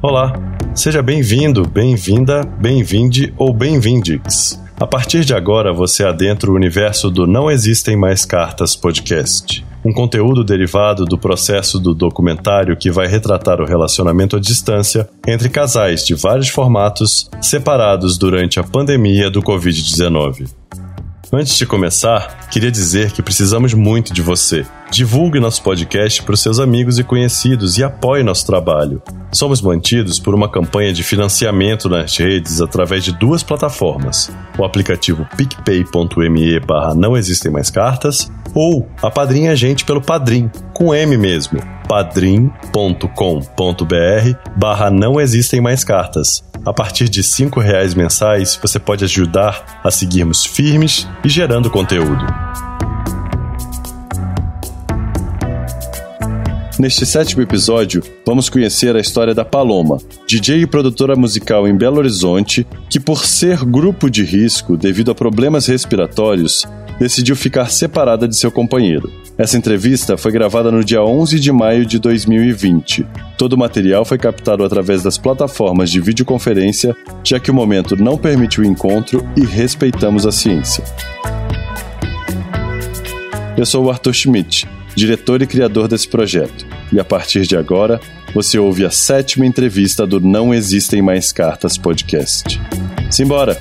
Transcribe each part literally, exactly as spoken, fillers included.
Olá, seja bem-vindo, bem-vinda, bem-vinde ou bem-vindes. A partir de agora você adentra o universo do Não Existem Mais Cartas podcast, um conteúdo derivado do processo do documentário que vai retratar o relacionamento à distância entre casais de vários formatos separados durante a pandemia do covid dezenove. Antes de começar, queria dizer que precisamos muito de você. Divulgue nosso podcast para os seus amigos e conhecidos e apoie nosso trabalho. Somos mantidos por uma campanha de financiamento nas redes através de duas plataformas, o aplicativo picpay.me barra não existem mais cartas ou apadrinhe a gente pelo Padrim, com M mesmo, padrim.com.br barra não existem mais cartas. A partir de cinco reais mensais, você pode ajudar a seguirmos firmes e gerando conteúdo. Neste sétimo episódio, vamos conhecer a história da Paloma, D J e produtora musical em Belo Horizonte, que por ser grupo de risco devido a problemas respiratórios, decidiu ficar separada de seu companheiro. Essa entrevista foi gravada no dia onze de maio de dois mil e vinte. Todo o material foi captado através das plataformas de videoconferência, já que o momento não permite o encontro e respeitamos a ciência. Eu sou o Arthur Schmidt, diretor e criador desse projeto, e a partir de agora, você ouve a sétima entrevista do Não Existem Mais Cartas podcast. Simbora!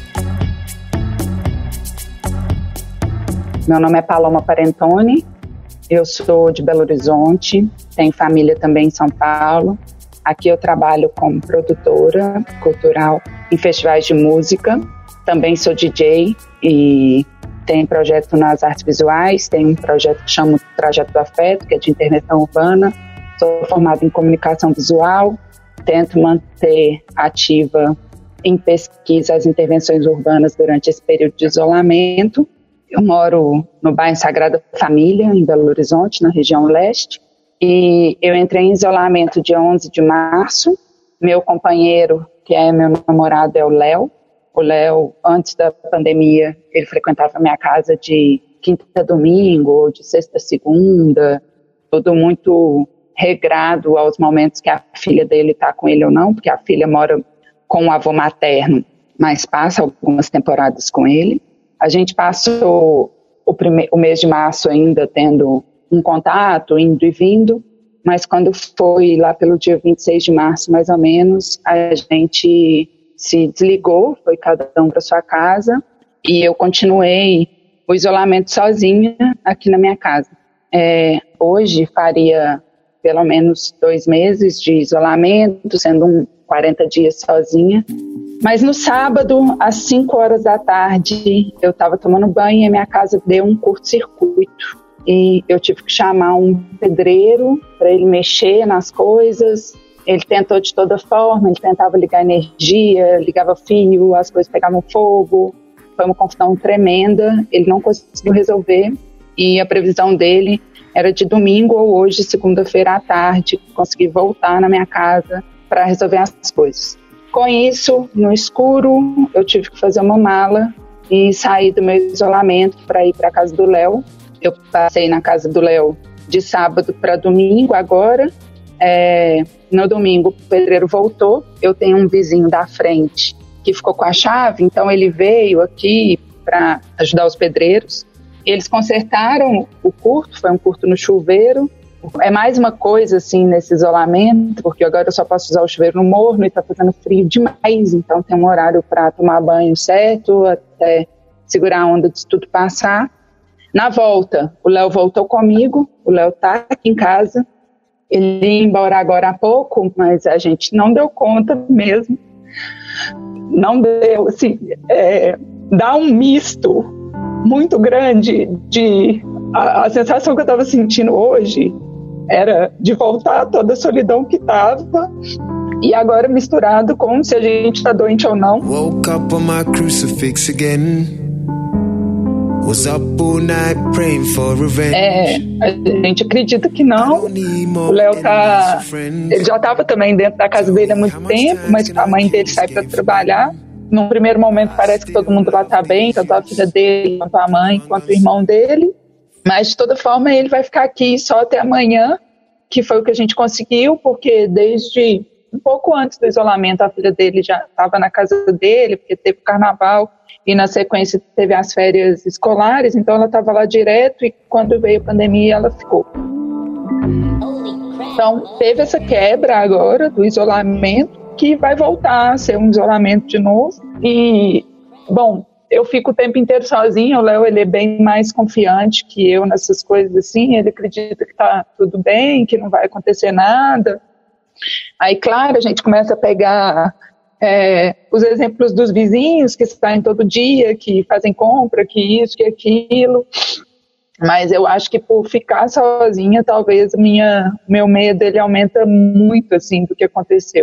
Meu nome é Paloma Parentoni, eu sou de Belo Horizonte, tenho família também em São Paulo. Aqui eu trabalho como produtora cultural em festivais de música, também sou D J e tenho projeto nas artes visuais, tenho um projeto que chama Trajeto do Afeto, que é de intervenção urbana. Sou formada em comunicação visual, tento manter ativa em pesquisa as intervenções urbanas durante esse período de isolamento. Eu moro no bairro Sagrada Família, em Belo Horizonte, na região leste, e eu entrei em isolamento dia onze de março. Meu companheiro, que é meu namorado, é o Léo. O Léo, antes da pandemia, ele frequentava a minha casa de quinta a domingo, ou de sexta a segunda, tudo muito regrado aos momentos que a filha dele está com ele ou não, porque a filha mora com o avô materno, mas passa algumas temporadas com ele. A gente passou o, prime- o mês de março ainda tendo um contato, indo e vindo, mas quando foi lá pelo dia vinte e seis de março, mais ou menos, a gente se desligou, foi cada um para sua casa, e eu continuei o isolamento sozinha aqui na minha casa. É, hoje faria pelo menos dois meses de isolamento, sendo um quarenta dias sozinha. Mas no sábado, às cinco horas da tarde, eu estava tomando banho e a minha casa deu um curto-circuito. E eu tive que chamar um pedreiro para ele mexer nas coisas. Ele tentou de toda forma, ele tentava ligar energia, ligava fio, as coisas pegavam fogo. Foi uma confusão tremenda, ele não conseguiu resolver. E a previsão dele era de domingo ou hoje, segunda-feira à tarde, conseguir voltar na minha casa para resolver as coisas. Com isso, no escuro, eu tive que fazer uma mala e sair do meu isolamento para ir para a casa do Léo. Eu passei na casa do Léo de sábado para domingo agora. É, no domingo, o pedreiro voltou. Eu tenho um vizinho da frente que ficou com a chave, então ele veio aqui para ajudar os pedreiros. Eles consertaram o curto, foi um curto no chuveiro. É mais uma coisa, assim, nesse isolamento, porque agora eu só posso usar o chuveiro no morno e está fazendo frio demais, então tem um horário para tomar banho certo, até segurar a onda de tudo passar. Na volta, o Léo voltou comigo, o Léo está aqui em casa, ele ia embora agora há pouco, mas a gente não deu conta mesmo, não deu, assim, é, dá um misto muito grande de... A, a sensação que eu estava sentindo hoje era de voltar toda a solidão que estava e agora misturado com se a gente está doente ou não. Woke up on my crucifix again. Was up all night praying for revenge. É, a gente acredita que não. O Léo tá, ele já estava também dentro da casa dele há muito tempo, mas a mãe dele sai para trabalhar. Num primeiro momento parece que todo mundo lá está bem, tanto a filha dele, quanto a mãe, quanto o irmão dele. Mas, de toda forma, ele vai ficar aqui só até amanhã, que foi o que a gente conseguiu, porque desde um pouco antes do isolamento, a filha dele já estava na casa dele, porque teve o carnaval, e na sequência teve as férias escolares, então ela estava lá direto, e quando veio a pandemia ela ficou. Então teve essa quebra agora do isolamento, que vai voltar a ser um isolamento de novo, e, bom, eu fico o tempo inteiro sozinha, o Léo ele é bem mais confiante que eu nessas coisas assim, ele acredita que está tudo bem, que não vai acontecer nada. Aí, claro, a gente começa a pegar é, os exemplos dos vizinhos que saem todo dia, que fazem compra, que isso, que aquilo, mas eu acho que por ficar sozinha, talvez minha, meu medo ele aumenta muito assim, do que aconteceu.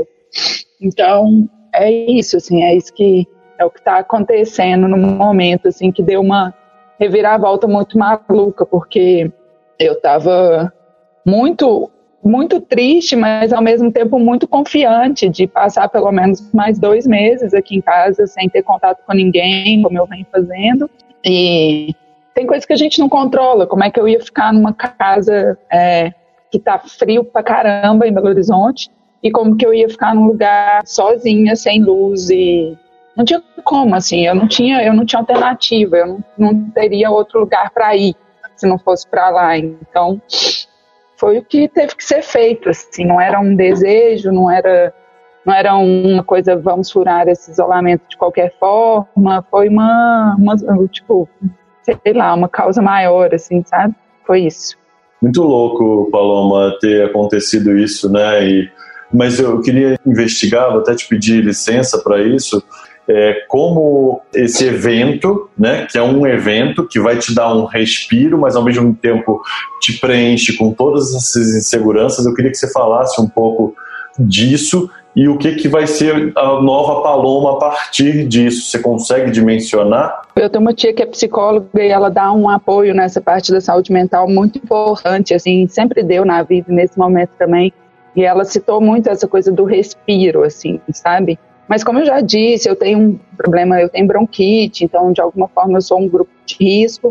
Então, é isso, assim, é isso que é o que está acontecendo no momento, assim, que deu uma reviravolta muito maluca, porque eu estava muito, muito triste, mas ao mesmo tempo muito confiante de passar pelo menos mais dois meses aqui em casa sem ter contato com ninguém, como eu venho fazendo. E tem coisas que a gente não controla, como é que eu ia ficar numa casa é, que tá frio pra caramba em Belo Horizonte, e como que eu ia ficar num lugar sozinha, sem luz, e não tinha como, assim, eu não tinha, eu não tinha alternativa, eu não, não teria outro lugar para ir se não fosse para lá. Então, foi o que teve que ser feito, assim, não era um desejo, não era, não era uma coisa, vamos furar esse isolamento de qualquer forma, foi uma, uma tipo, sei lá, uma causa maior, assim, sabe? Foi isso. Muito louco, Paloma, ter acontecido isso, né? E, mas eu queria investigar, vou até te pedir licença para isso. É, como esse evento, né, que é um evento que vai te dar um respiro, mas ao mesmo tempo te preenche com todas essas inseguranças. Eu queria que você falasse um pouco disso e o que, que vai ser a nova Paloma a partir disso. Você consegue dimensionar? Eu tenho uma tia que é psicóloga e ela dá um apoio nessa parte da saúde mental muito importante, assim, sempre deu na vida nesse momento também. E ela citou muito essa coisa do respiro, assim, sabe? Mas como eu já disse, eu tenho um problema, eu tenho bronquite, então de alguma forma eu sou um grupo de risco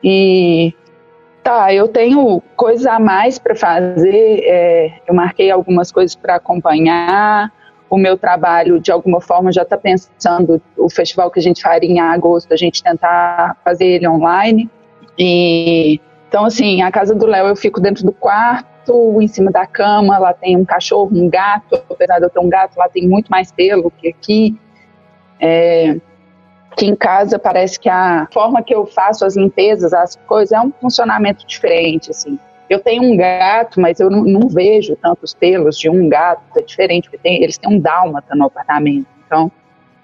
e tá, eu tenho coisas a mais para fazer, é, eu marquei algumas coisas para acompanhar, o meu trabalho de alguma forma já está pensando o festival que a gente faria em agosto, a gente tentar fazer ele online, e então assim, a casa do Léo eu fico dentro do quarto, em cima da cama, lá tem um cachorro, um gato, apesar de eu ter um gato, lá tem muito mais pelo que aqui. É, aqui em casa parece que a forma que eu faço as limpezas, as coisas, é um funcionamento diferente, assim. Eu tenho um gato, mas eu não, não vejo tantos pelos de um gato, é diferente, porque tem, eles têm um dálmata no apartamento, então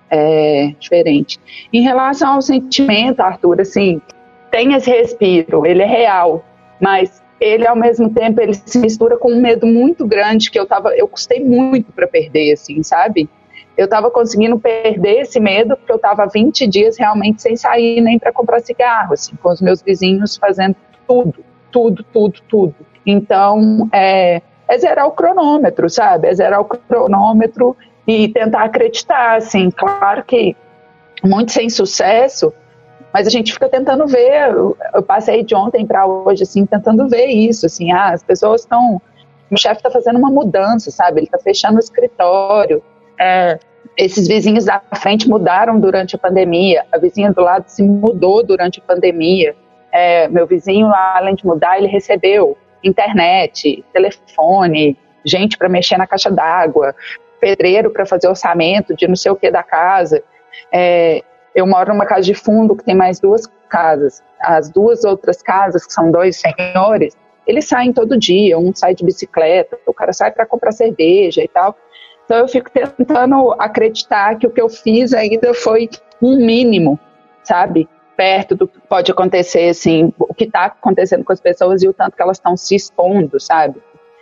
é diferente. Em relação ao sentimento, Arthur, assim, tem esse respiro, ele é real, mas ele, ao mesmo tempo, ele se mistura com um medo muito grande que eu tava, eu custei muito para perder, assim, sabe? Eu tava conseguindo perder esse medo porque eu tava vinte dias realmente sem sair nem para comprar cigarro, assim, com os meus vizinhos fazendo tudo, tudo, tudo, tudo. Então, é, é zerar o cronômetro, sabe? É zerar o cronômetro e tentar acreditar, assim, claro que muito sem sucesso, mas a gente fica tentando ver, eu passei de ontem para hoje, assim, tentando ver isso, assim, ah, as pessoas estão, o chefe está fazendo uma mudança, sabe, ele está fechando o escritório, é, esses vizinhos da frente mudaram durante a pandemia, a vizinha do lado se mudou durante a pandemia, é, meu vizinho, além de mudar, ele recebeu internet, telefone, gente para mexer na caixa d'água, pedreiro para fazer orçamento de não sei o que da casa, é, eu moro numa casa de fundo que tem mais duas casas. As duas outras casas, que são dois senhores, eles saem todo dia. Um sai de bicicleta, o cara sai para comprar cerveja e tal. Então eu fico tentando acreditar que o que eu fiz ainda foi um mínimo, sabe? Perto do que pode acontecer, assim, o que está acontecendo com as pessoas e o tanto que elas estão se expondo, sabe?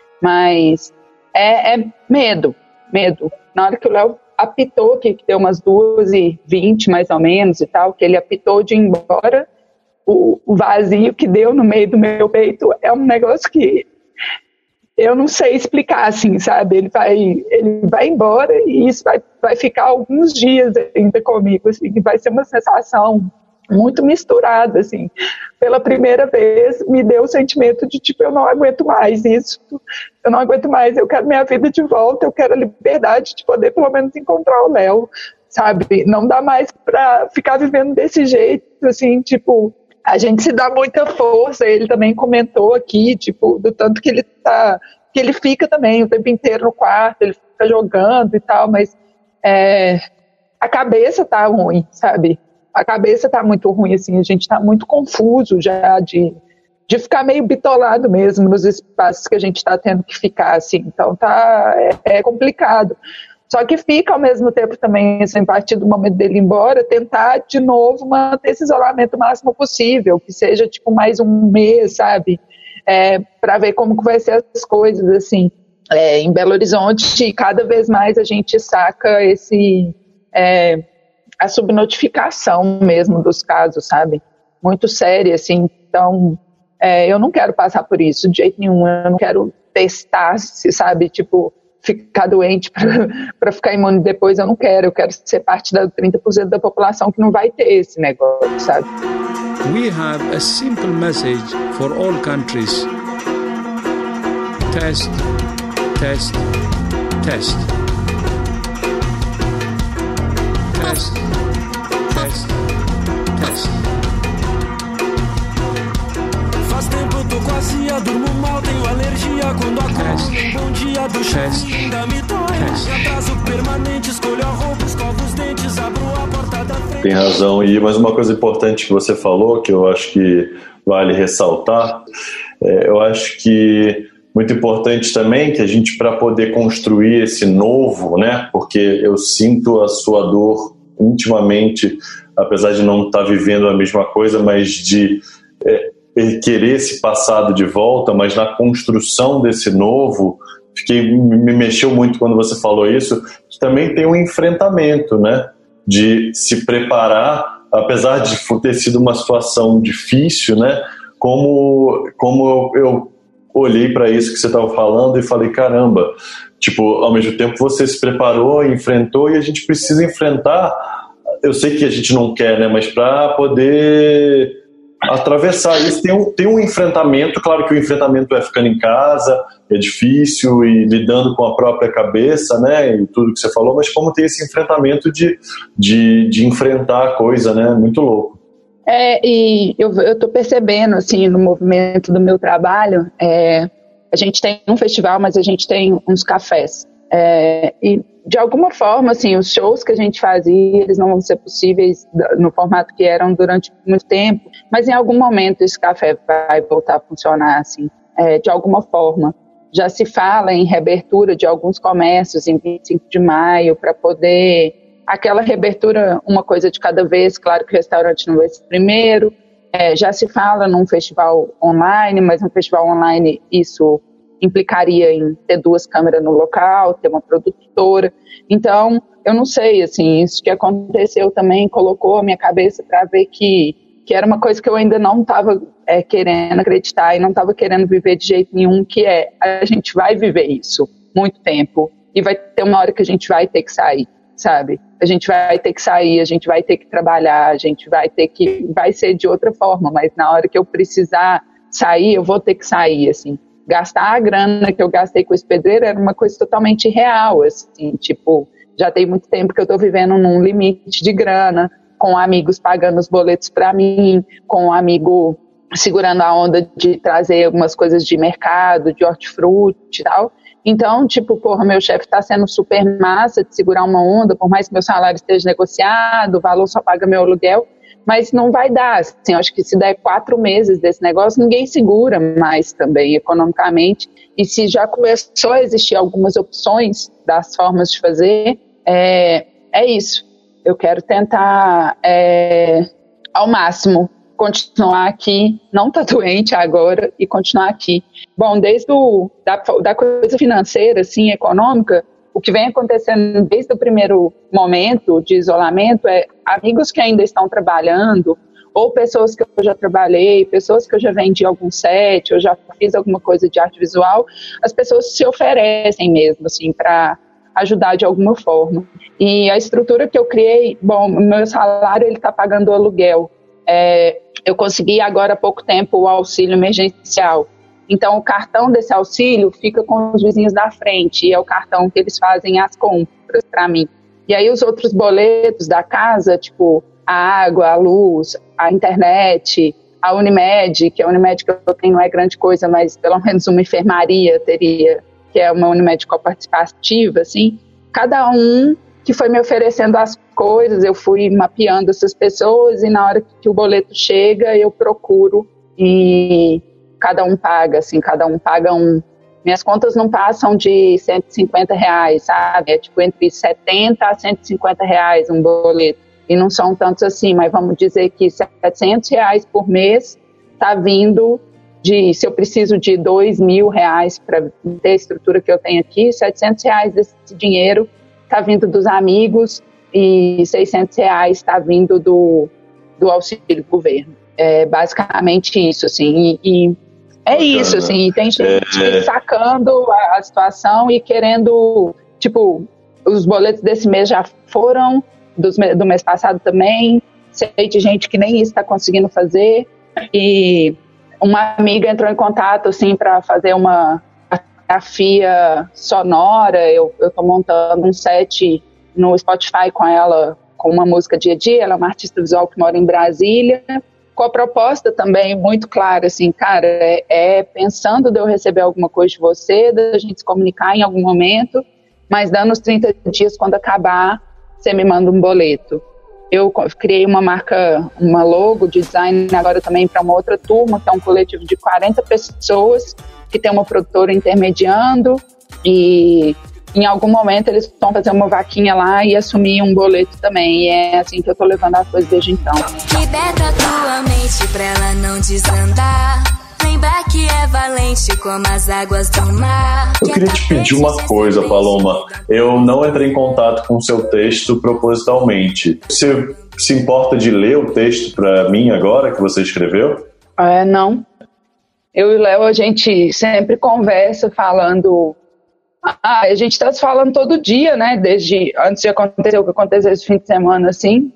Mas é, é medo, medo. Na hora que o Léo apitou, que deu umas duas e vinte mais ou menos e tal, que ele apitou de ir embora, o, o vazio que deu no meio do meu peito é um negócio que eu não sei explicar, assim, sabe? Ele vai, ele vai embora e isso vai, vai ficar alguns dias ainda comigo, assim, vai ser uma sensação muito misturado, assim. Pela primeira vez, me deu o sentimento de, tipo, eu não aguento mais isso, eu não aguento mais, eu quero minha vida de volta, eu quero a liberdade de poder, pelo menos, encontrar o Léo, sabe? Não dá mais pra ficar vivendo desse jeito, assim, tipo, a gente se dá muita força, ele também comentou aqui, tipo, do tanto que ele tá, que ele fica também o tempo inteiro no quarto, ele fica jogando e tal, mas é, a cabeça tá ruim, sabe? A cabeça tá muito ruim, assim, a gente tá muito confuso já de, de ficar meio bitolado mesmo nos espaços que a gente tá tendo que ficar, assim, então tá, é, é complicado. Só que fica ao mesmo tempo também, assim, a partir do momento dele ir embora, tentar de novo manter esse isolamento o máximo possível, que seja tipo mais um mês, sabe? É, para ver como que vai ser as coisas, assim. É, em Belo Horizonte, cada vez mais a gente saca esse, é, a subnotificação mesmo dos casos, sabe? Muito séria, assim. Então, é, eu não quero passar por isso de jeito nenhum. Eu não quero testar, se sabe, tipo, ficar doente para ficar imune depois. Eu não quero. Eu quero ser parte da trinta por cento da população que não vai ter esse negócio, sabe? We have a simple message for all countries. Test, test, test. Test, test, test. Faz tempo eu tô quase a durmo mal, tenho alergia quando acordo. Bom dia do chefe ainda me dói. Atraso permanente, escolho a roupa, escovo os dentes, abro a porta da frente. Tem razão, e mais uma coisa importante que você falou, que eu acho que vale ressaltar, é, eu acho que muito importante também que a gente, para poder construir esse novo, né, porque eu sinto a sua dor intimamente, apesar de não estar vivendo a mesma coisa, mas de é, querer esse passado de volta, mas na construção desse novo, fiquei, me mexeu muito quando você falou isso, que também tem um enfrentamento, né, de se preparar, apesar de ter sido uma situação difícil, né, como, como eu, eu olhei para isso que você estava falando e falei, caramba, tipo, ao mesmo tempo você se preparou, enfrentou, e a gente precisa enfrentar, eu sei que a gente não quer, né, mas para poder atravessar isso, tem um, tem um enfrentamento, claro que o enfrentamento é ficando em casa, é difícil, e lidando com a própria cabeça, né, e tudo que você falou, mas como tem esse enfrentamento de, de, de enfrentar a coisa, né, muito louco. É, e eu estou percebendo, assim, no movimento do meu trabalho, é, a gente tem um festival, mas a gente tem uns cafés. É, e, de alguma forma, assim, os shows que a gente fazia, eles não vão ser possíveis no formato que eram durante muito tempo, mas em algum momento esse café vai voltar a funcionar, assim, é, de alguma forma. Já se fala em reabertura de alguns comércios em vinte e cinco de maio para poder... Aquela reabertura, uma coisa de cada vez, claro que o restaurante não vai ser primeiro, é, já se fala num festival online, mas um festival online isso implicaria em ter duas câmeras no local, ter uma produtora, então eu não sei, assim, isso que aconteceu também colocou a minha cabeça para ver que, que era uma coisa que eu ainda não estava é, querendo acreditar e não estava querendo viver de jeito nenhum, que é, a gente vai viver isso muito tempo e vai ter uma hora que a gente vai ter que sair, sabe? A gente vai ter que sair, a gente vai ter que trabalhar, a gente vai ter que, vai ser de outra forma, mas na hora que eu precisar sair, eu vou ter que sair, assim. Gastar a grana que eu gastei com esse pedreiro era uma coisa totalmente real, assim, tipo, já tem muito tempo que eu tô vivendo num limite de grana, com amigos pagando os boletos para mim, com um amigo segurando a onda de trazer algumas coisas de mercado, de hortifruti e tal. Então, tipo, porra, meu chefe tá sendo super massa de segurar uma onda, por mais que meu salário esteja negociado, o valor só paga meu aluguel, mas não vai dar, assim, eu acho que se der quatro meses desse negócio, ninguém segura mais também economicamente, e se já começou a existir algumas opções das formas de fazer, é, é isso, eu quero tentar é, ao máximo continuar aqui, não tá doente agora e continuar aqui. Bom, desde o, da, da coisa financeira, assim, econômica, o que vem acontecendo desde o primeiro momento de isolamento é amigos que ainda estão trabalhando, ou pessoas que eu já trabalhei, pessoas que eu já vendi algum set, eu já fiz alguma coisa de arte visual, as pessoas se oferecem mesmo, assim, para ajudar de alguma forma. E a estrutura que eu criei, bom, meu salário, ele está pagando o aluguel é, eu consegui agora há pouco tempo o auxílio emergencial. Então, o cartão desse auxílio fica com os vizinhos da frente, e é o cartão que eles fazem as compras para mim. E aí os outros boletos da casa, tipo a água, a luz, a internet, a Unimed, que a Unimed que eu tenho não é grande coisa, mas pelo menos uma enfermaria teria, que é uma Unimed coparticipativa, assim. Cada um que foi me oferecendo as coisas, eu fui mapeando essas pessoas, e na hora que o boleto chega, eu procuro e cada um paga, assim, cada um paga um. Minhas contas não passam de cento e cinquenta reais, sabe? É tipo entre setenta a cento e cinquenta reais um boleto. E não são tantos assim, mas vamos dizer que setecentos reais por mês está vindo de, se eu preciso de dois mil reais para ter a estrutura que eu tenho aqui, setecentos reais desse dinheiro está vindo dos amigos e seiscentos reais está vindo do, do auxílio do governo. É basicamente isso, assim, e, e é isso, assim, tem gente é... sacando a, a situação e querendo, tipo, os boletos desse mês já foram, dos, do mês passado também, sei de gente que nem isso está conseguindo fazer, e uma amiga entrou em contato, assim, para fazer uma fotografia sonora, eu estou montando um set no Spotify com ela, com uma música dia a dia, ela é uma artista visual que mora em Brasília, com a proposta também muito clara, assim, cara, é, é pensando de eu receber alguma coisa de você, da gente se comunicar em algum momento, mas dando os trinta dias, quando acabar, você me manda um boleto. Eu criei uma marca, uma logo de design agora também para uma outra turma, que é um coletivo de quarenta pessoas, que tem uma produtora intermediando, e em algum momento eles vão fazer uma vaquinha lá e assumir um boleto também. E é assim que eu tô levando as coisas desde então. Liberta tua mente pra ela não desandar. Lembrar que é valente como as águas do mar. Eu queria te pedir uma coisa, Paloma. Eu não entrei em contato com o seu texto propositalmente. Você se importa de ler o texto pra mim agora, que você escreveu? É, não. Eu e o Léo, a gente sempre conversa falando... Ah, a gente está se falando todo dia, né? Desde antes de acontecer o que aconteceu esse fim de semana, assim,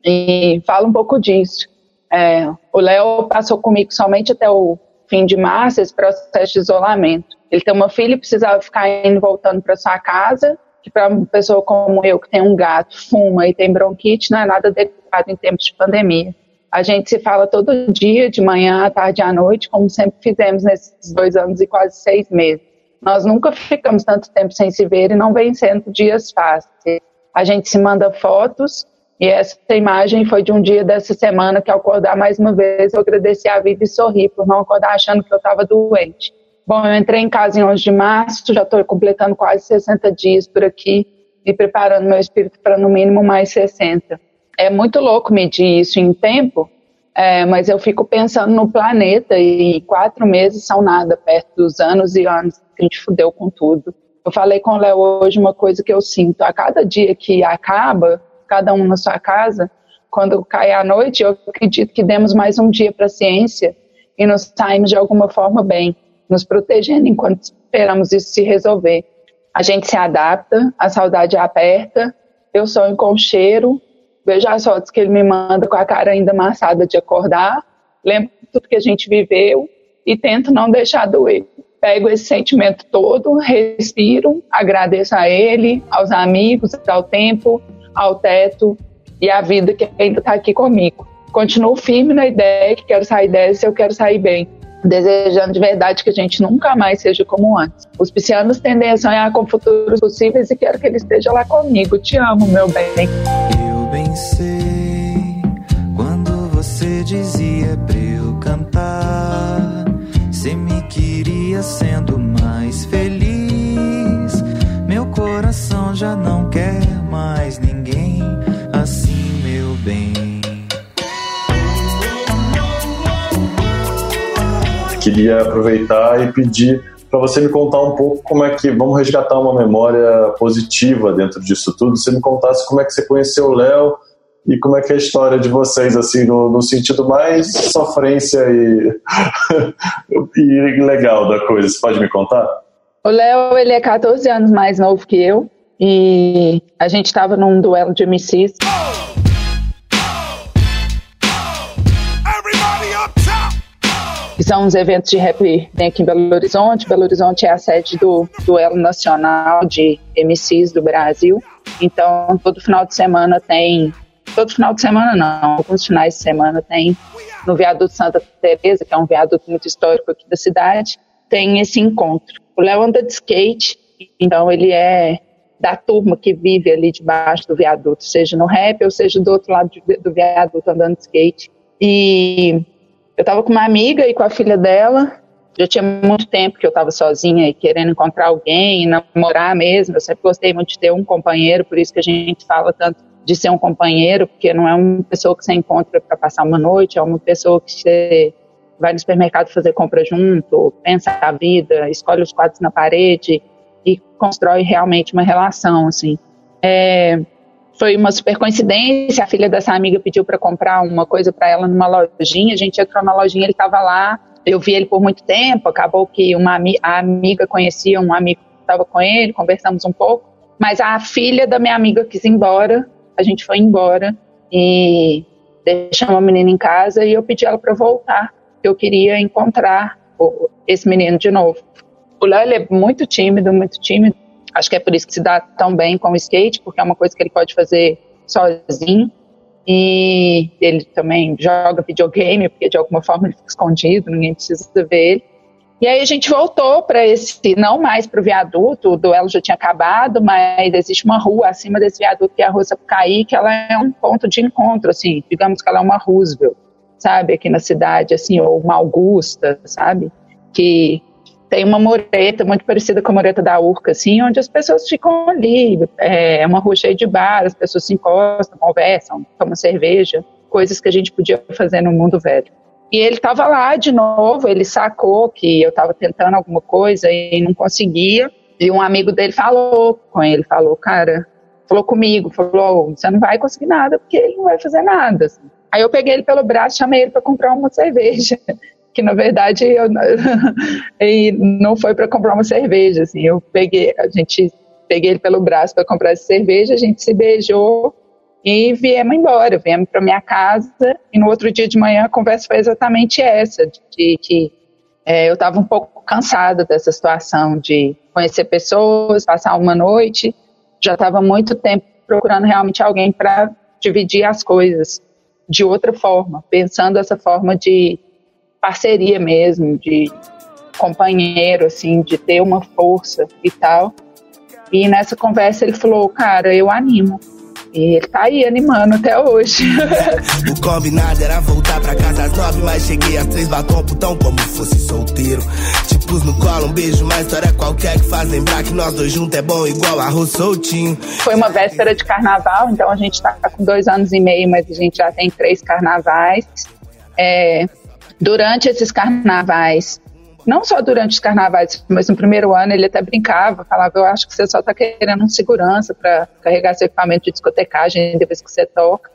e fala um pouco disso. É, o Léo passou comigo somente até o fim de março, esse processo de isolamento. Ele tem uma filha e precisava ficar indo e voltando para sua casa, que para uma pessoa como eu, que tem um gato, fuma e tem bronquite, não é nada adequado em tempos de pandemia. A gente se fala todo dia, de manhã, à tarde e à noite, como sempre fizemos nesses dois anos e quase seis meses. Nós nunca ficamos tanto tempo sem se ver e não vem sendo dias fáceis. A gente se manda fotos e essa imagem foi de um dia dessa semana que, ao acordar mais uma vez, eu agradeci a vida e sorri por não acordar achando que eu estava doente. Bom, eu entrei em casa em onze de março, já estou completando quase sessenta dias por aqui e preparando meu espírito para no mínimo mais sessenta. É muito louco medir isso em tempo, é, mas eu fico pensando no planeta e quatro meses são nada perto dos anos e anos que a gente fudeu com tudo. Eu falei com o Léo hoje uma coisa que eu sinto. A cada dia que acaba, cada um na sua casa, quando cai a noite, eu acredito que demos mais um dia para a ciência e nos saímos de alguma forma bem, nos protegendo enquanto esperamos isso se resolver. A gente se adapta, a saudade aperta, eu sonho com cheiro, vejo as fotos que ele me manda com a cara ainda amassada de acordar, lembro tudo que a gente viveu e tento não deixar doer. Pego esse sentimento todo, respiro, agradeço a ele, aos amigos, ao tempo, ao teto e à vida que ainda está aqui comigo. Continuo firme na ideia que quero sair dessa e eu quero sair bem, desejando de verdade que a gente nunca mais seja como antes. Os piscianos tendem a sonhar com futuros possíveis e quero que ele esteja lá comigo. Te amo, meu bem. Eu bem sei quando você dizia pra eu cantar, você me queria sendo mais feliz. Meu coração já não quer mais ninguém assim, meu bem. Queria aproveitar e pedir para você me contar um pouco como é que... Vamos resgatar uma memória positiva dentro disso tudo. Você me contasse como é que você conheceu o Léo e como é que é a história de vocês, assim, no, no sentido mais sofrência e, e legal da coisa. Você pode me contar? O Léo, ele é catorze anos mais novo que eu e a gente estava num duelo de M Cs. que são uns eventos de rap bem aqui em Belo Horizonte. Belo Horizonte é a sede do Duelo Nacional de M Cs do Brasil. Então, todo final de semana tem... Todo final de semana não, alguns finais de semana tem no viaduto Santa Teresa, que é um viaduto muito histórico aqui da cidade, tem esse encontro. O Léo anda de skate, então ele é da turma que vive ali debaixo do viaduto, seja no rap ou seja do outro lado do viaduto andando de skate. E eu estava com uma amiga e com a filha dela, já tinha muito tempo que eu estava sozinha e querendo encontrar alguém, namorar mesmo. Eu sempre gostei muito de ter um companheiro, por isso que a gente fala tanto de ser um companheiro, porque não é uma pessoa que você encontra para passar uma noite, é uma pessoa que você vai no supermercado fazer compra junto, pensa a vida, escolhe os quadros na parede e constrói realmente uma relação, assim. É, foi uma super coincidência, a filha dessa amiga pediu para comprar uma coisa para ela numa lojinha, a gente entrou na lojinha, ele estava lá, eu vi ele por muito tempo, acabou que uma, a amiga conhecia um amigo que estava com ele, conversamos um pouco, mas a filha da minha amiga quis ir embora, a gente foi embora e deixamos a menina em casa e eu pedi ela para voltar, porque eu queria encontrar esse menino de novo. O Léo, ele é muito tímido, muito tímido. Acho que é por isso que se dá tão bem com o skate, porque é uma coisa que ele pode fazer sozinho. E ele também joga videogame, porque de alguma forma ele fica escondido, ninguém precisa ver ele. E aí a gente voltou para esse, não mais para o viaduto, o duelo já tinha acabado, mas existe uma rua acima desse viaduto, que é a Rua Sapucaí, que ela é um ponto de encontro, assim, digamos que ela é uma Roosevelt, sabe, aqui na cidade, assim, ou uma Augusta, sabe, que tem uma mureta muito parecida com a mureta da Urca, assim, onde as pessoas ficam ali, é uma rua cheia de bar, as pessoas se encostam, conversam, tomam cerveja, coisas que a gente podia fazer no mundo velho. E ele estava lá de novo, ele sacou que eu estava tentando alguma coisa e não conseguia. E um amigo dele falou com ele, falou, cara, falou comigo, falou, você não vai conseguir nada porque ele não vai fazer nada. Assim. Aí eu peguei ele pelo braço, chamei ele para comprar uma cerveja, que na verdade eu, e não foi para comprar uma cerveja, assim, eu peguei, a gente peguei ele pelo braço para comprar essa cerveja, a gente se beijou, e viemos embora, viemos para minha casa e no outro dia de manhã a conversa foi exatamente essa, de que é, eu estava um pouco cansada dessa situação de conhecer pessoas, passar uma noite, já estava muito tempo procurando realmente alguém para dividir as coisas de outra forma, pensando essa forma de parceria mesmo, de companheiro, assim, de ter uma força e tal. E nessa conversa ele falou, cara, eu animo. E ele tá aí animando até hoje. O combinado era voltar pra casa às nove, mas cheguei às três, batom putão como fosse solteiro. Te pus no colo, um beijo, uma história qualquer que faz lembrar que nós dois juntos é bom igual arroz soltinho. Foi uma véspera de carnaval, então a gente tá com dois anos e meio, mas a gente já tem três carnavais. É, durante esses carnavais, não só durante os carnavais, mas no primeiro ano ele até brincava, falava, eu acho que você só tá querendo um segurança para carregar seu equipamento de discotecagem depois que você toca.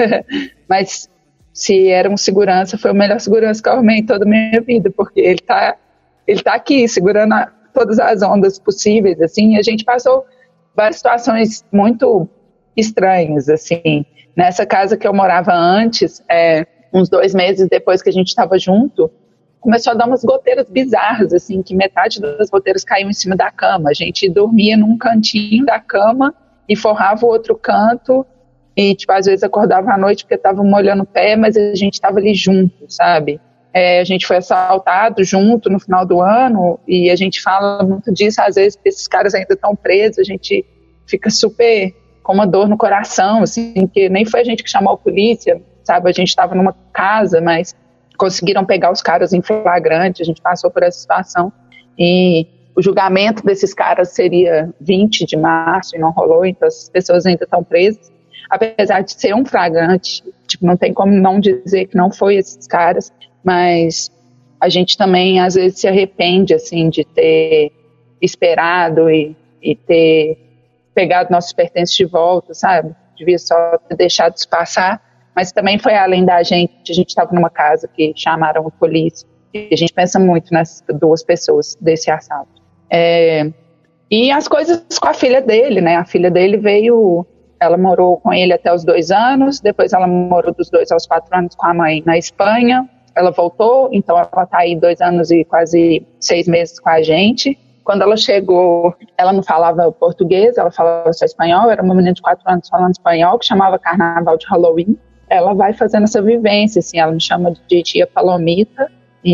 Mas se era um segurança, foi o melhor segurança que eu arrumei em toda a minha vida, porque ele tá, ele tá aqui segurando a, todas as ondas possíveis, assim, e a gente passou várias situações muito estranhas, assim. Nessa casa que eu morava antes, é, uns dois meses depois que a gente estava junto, começou a dar umas goteiras bizarras, assim, que metade das goteiras caiu em cima da cama. A gente dormia num cantinho da cama e forrava o outro canto e, tipo, às vezes acordava à noite porque estava molhando o pé, mas a gente estava ali junto, sabe? É, a gente foi assaltado junto no final do ano e a gente fala muito disso, às vezes, porque esses caras ainda estão presos, a gente fica super com uma dor no coração, assim, que nem foi a gente que chamou a polícia, sabe? A gente estava numa casa, mas conseguiram pegar os caras em flagrante, a gente passou por essa situação e o julgamento desses caras seria vinte de março e não rolou, então as pessoas ainda estão presas, apesar de ser um flagrante, tipo, não tem como não dizer que não foi esses caras, mas a gente também às vezes se arrepende, assim, de ter esperado e, e ter pegado nossos pertences de volta, sabe? Devia só ter deixado isso passar. Mas também foi além da gente, a gente estava numa casa que chamaram a polícia, e a gente pensa muito nessas duas pessoas desse assalto. É, e as coisas com a filha dele, né? A filha dele veio, ela morou com ele até os dois anos, depois ela morou dos dois aos quatro anos com a mãe na Espanha, ela voltou, então ela está aí dois anos e quase seis meses com a gente. Quando ela chegou, ela não falava português, ela falava só espanhol, era uma menina de quatro anos falando espanhol, que chamava Carnaval de Halloween. Ela vai fazendo essa vivência, assim, ela me chama de tia Palomita,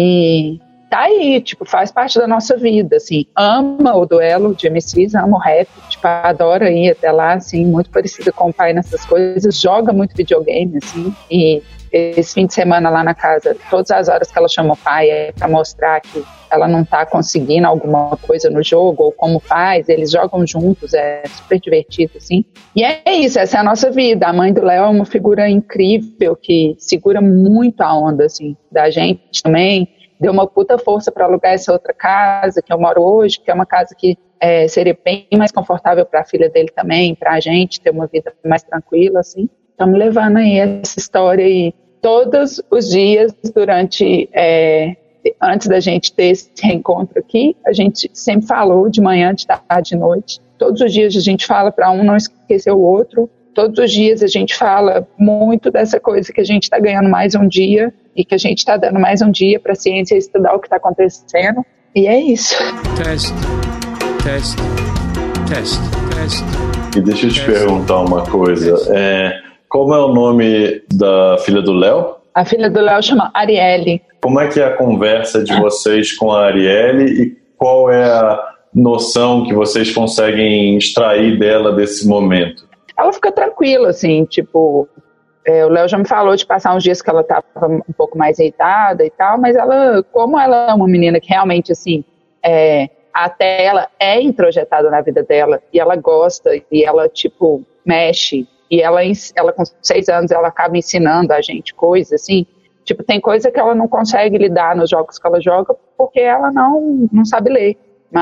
e tá aí, tipo, faz parte da nossa vida, assim, ama o duelo de M Cs, ama o rap, tipo, adora ir até lá, assim, muito parecida com o pai nessas coisas, joga muito videogame, assim, e esse fim de semana lá na casa, todas as horas que ela chama o pai é pra mostrar que ela não tá conseguindo alguma coisa no jogo, ou como faz, eles jogam juntos, é super divertido, assim. E é isso, essa é a nossa vida. A mãe do Léo é uma figura incrível, que segura muito a onda, assim, da gente também. Deu uma puta força para alugar essa outra casa que eu moro hoje, que é uma casa que é, seria bem mais confortável para a filha dele também, para a gente ter uma vida mais tranquila, assim. Estamos levando aí essa história aí todos os dias durante, é, antes da gente ter esse reencontro aqui, a gente sempre falou de manhã, de tarde, de noite. Todos os dias a gente fala para um não esquecer o outro. Todos os dias a gente fala muito dessa coisa que a gente está ganhando mais um dia e que a gente está dando mais um dia para a ciência estudar o que está acontecendo. E é isso. Test, test, test, test. E deixa eu te perguntar uma coisa. É, como é o nome da filha do Léo? A filha do Léo chama Arielle. Como é que é a conversa de vocês com a Arielle e qual é a noção que vocês conseguem extrair dela desse momento? Ela fica tranquila, assim, tipo, é, o Léo já me falou de passar uns dias que ela estava um pouco mais irritada e tal, mas ela, como ela é uma menina que realmente, assim, é, até ela é introjetada na vida dela, e ela gosta, e ela, tipo, mexe, e ela, ela com seis anos, ela acaba ensinando a gente coisas, assim, tipo, tem coisa que ela não consegue lidar nos jogos que ela joga, porque ela não, não sabe ler.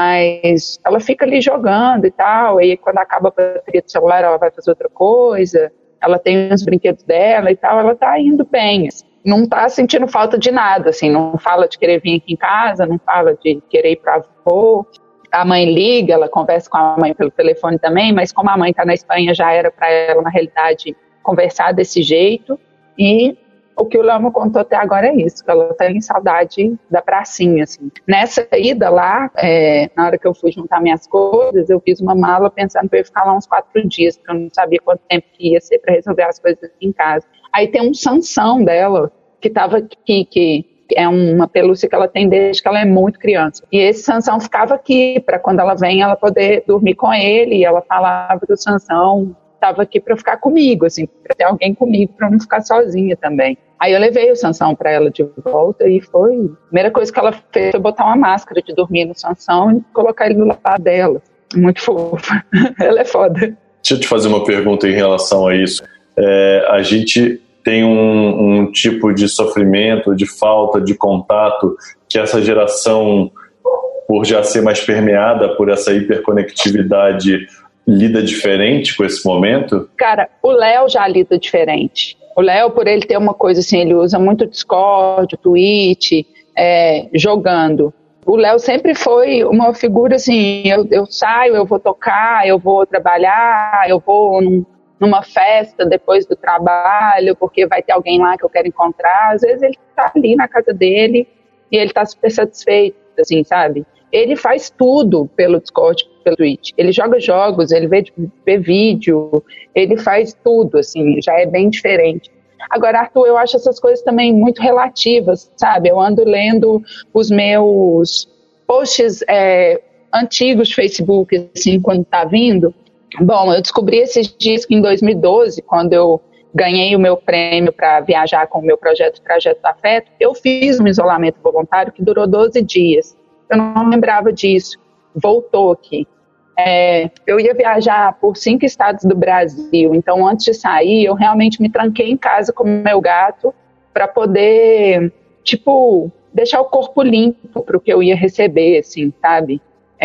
Mas ela fica ali jogando e tal, e quando acaba a bateria do celular ela vai fazer outra coisa, ela tem os brinquedos dela e tal, ela tá indo bem, assim, não tá sentindo falta de nada, assim, não fala de querer vir aqui em casa, não fala de querer ir pra avô. A mãe liga, ela conversa com a mãe pelo telefone também, mas como a mãe tá na Espanha, já era para ela, na realidade, conversar desse jeito. E o que o Léo me contou até agora é isso, que ela tem saudade da pracinha, assim. Nessa ida lá, é, na hora que eu fui juntar minhas coisas, eu fiz uma mala pensando que eu ia ficar lá uns quatro dias, porque eu não sabia quanto tempo que ia ser para resolver as coisas aqui em casa. Aí tem um Sansão dela, que estava aqui, que é uma pelúcia que ela tem desde que ela é muito criança. E esse Sansão ficava aqui, para quando ela vem, ela poder dormir com ele, e ela falava que o Sansão estava aqui para ficar comigo, assim, para ter alguém comigo, para não ficar sozinha também. Aí eu levei o Sansão para ela de volta e foi... A primeira coisa que ela fez foi botar uma máscara de dormir no Sansão e colocar ele do lado dela. Muito fofa. Ela é foda. Deixa eu te fazer uma pergunta em relação a isso. É, a gente tem um, um tipo de sofrimento, de falta de contato, que essa geração, por já ser mais permeada por essa hiperconectividade, lida diferente com esse momento? Cara, o Léo já lida diferente. O Léo, por ele ter uma coisa assim, ele usa muito Discord, Twitch, é, jogando. O Léo sempre foi uma figura assim, eu, eu saio, eu vou tocar, eu vou trabalhar, eu vou num, numa festa depois do trabalho, porque vai ter alguém lá que eu quero encontrar. Às vezes ele tá ali na casa dele e ele tá super satisfeito, assim, sabe? Ele faz tudo pelo Discord, pelo Twitch. Ele joga jogos, ele vê, vê vídeo, ele faz tudo, assim, já é bem diferente. Agora, Arthur, eu acho essas coisas também muito relativas, sabe? Eu ando lendo os meus posts é, antigos de Facebook, assim, quando tá vindo. Bom, eu descobri esses dias que em dois mil e doze, quando eu ganhei o meu prêmio para viajar com o meu projeto Trajeto do Afeto, eu fiz um isolamento voluntário que durou doze dias. Eu não lembrava disso. Voltou aqui. É, eu ia viajar por cinco estados do Brasil, então antes de sair eu realmente me tranquei em casa com o meu gato para poder, tipo, deixar o corpo limpo para o que eu ia receber, assim, sabe?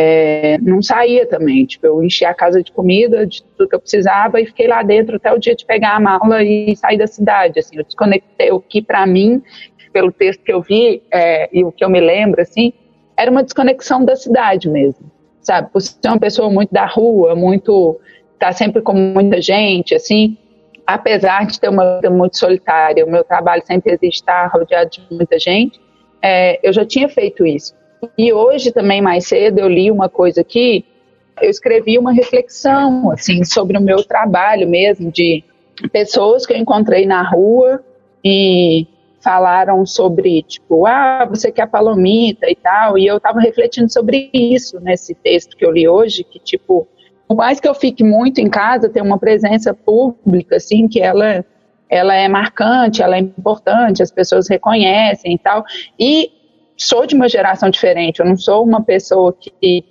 É, não saía também, tipo, eu enchi a casa de comida, de tudo que eu precisava e fiquei lá dentro até o dia de pegar a mala e sair da cidade, assim, eu desconectei. O que para mim, pelo texto que eu vi é, e o que eu me lembro, assim, era uma desconexão da cidade mesmo. Sabe, por ser uma pessoa muito da rua, muito, tá sempre com muita gente, assim, apesar de ter uma vida muito solitária, o meu trabalho sempre exige estar rodeado de muita gente, é, eu já tinha feito isso. E hoje também, mais cedo, eu li uma coisa aqui, eu escrevi uma reflexão, assim, sobre o meu trabalho mesmo, de pessoas que eu encontrei na rua e falaram sobre, tipo, ah, você quer a Palomita e tal, e eu estava refletindo sobre isso nesse texto que eu li hoje, que, tipo, por mais que eu fique muito em casa, tem uma presença pública, assim, que ela, ela é marcante, ela é importante, as pessoas reconhecem e tal, e sou de uma geração diferente, eu não sou uma pessoa que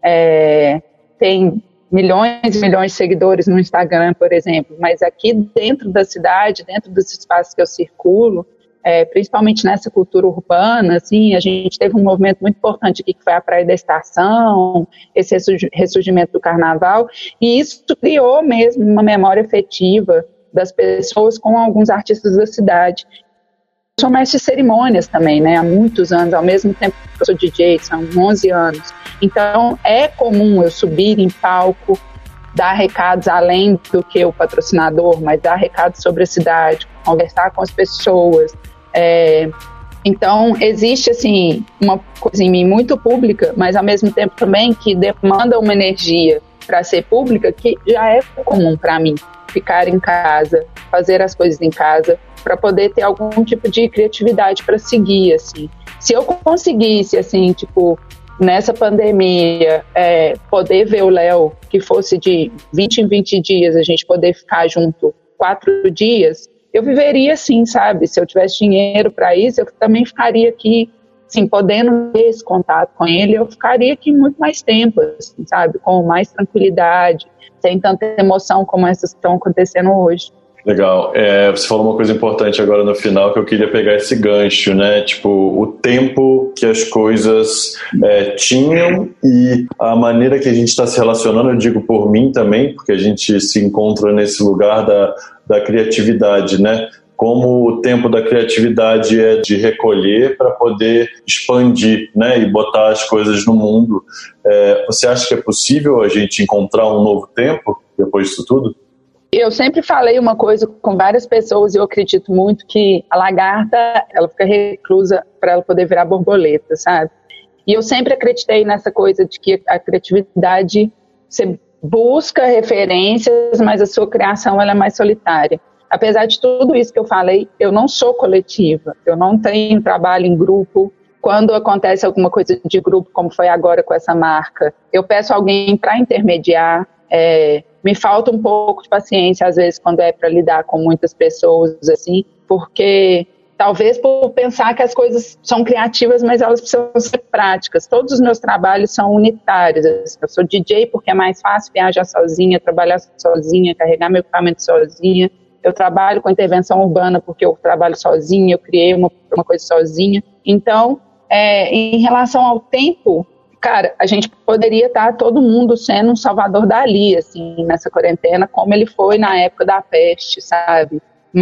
é, tem milhões e milhões de seguidores no Instagram, por exemplo, mas aqui dentro da cidade, dentro dos espaços que eu circulo, é, principalmente nessa cultura urbana, assim, a gente teve um movimento muito importante aqui, que foi a Praia da Estação, esse ressurgimento do carnaval, e isso criou mesmo uma memória afetiva das pessoas com alguns artistas da cidade. Eu sou mestre de cerimônias também, né, há muitos anos, ao mesmo tempo que eu sou D J, são onze anos. Então, é comum eu subir em palco, dar recados além do que o patrocinador, mas dar recados sobre a cidade, conversar com as pessoas. É, então, existe, assim, uma coisa em mim muito pública, mas ao mesmo tempo também que demanda uma energia para ser pública, que já é comum para mim, ficar em casa, fazer as coisas em casa, para poder ter algum tipo de criatividade para seguir, assim. Se eu conseguisse, assim, tipo, nessa pandemia, é, poder ver o Léo, que fosse de vinte em vinte dias, a gente poder ficar junto quatro dias, eu viveria assim, sabe? Se eu tivesse dinheiro para isso, eu também ficaria aqui, assim, podendo ter esse contato com ele, eu ficaria aqui muito mais tempo, assim, sabe? Com mais tranquilidade, sem tanta emoção como essas que estão acontecendo hoje. Legal. É, você falou uma coisa importante agora no final, que eu queria pegar esse gancho, né? Tipo, o tempo que as coisas é, tinham e a maneira que a gente está se relacionando, eu digo por mim também, porque a gente se encontra nesse lugar da, da criatividade, né? Como o tempo da criatividade é de recolher para poder expandir, né? E botar as coisas no mundo. É, você acha que é possível a gente encontrar um novo tempo depois disso tudo? Eu sempre falei uma coisa com várias pessoas e eu acredito muito que a lagarta, ela fica reclusa para ela poder virar borboleta, sabe? E eu sempre acreditei nessa coisa de que a criatividade, você busca referências, mas a sua criação ela é mais solitária. Apesar de tudo isso que eu falei, eu não sou coletiva, eu não tenho trabalho em grupo. Quando acontece alguma coisa de grupo, como foi agora com essa marca, eu peço alguém para intermediar. É, me falta um pouco de paciência, às vezes, quando é para lidar com muitas pessoas, assim, porque talvez por pensar que as coisas são criativas, mas elas precisam ser práticas. Todos os meus trabalhos são unitários. Assim, eu sou D J porque é mais fácil viajar sozinha, trabalhar sozinha, carregar meu equipamento sozinha. Eu trabalho com intervenção urbana porque eu trabalho sozinha, eu criei uma, uma coisa sozinha. Então, é, em relação ao tempo, cara, a gente poderia estar todo mundo sendo um Salvador Dalí, assim, nessa quarentena, como ele foi na época da peste, sabe?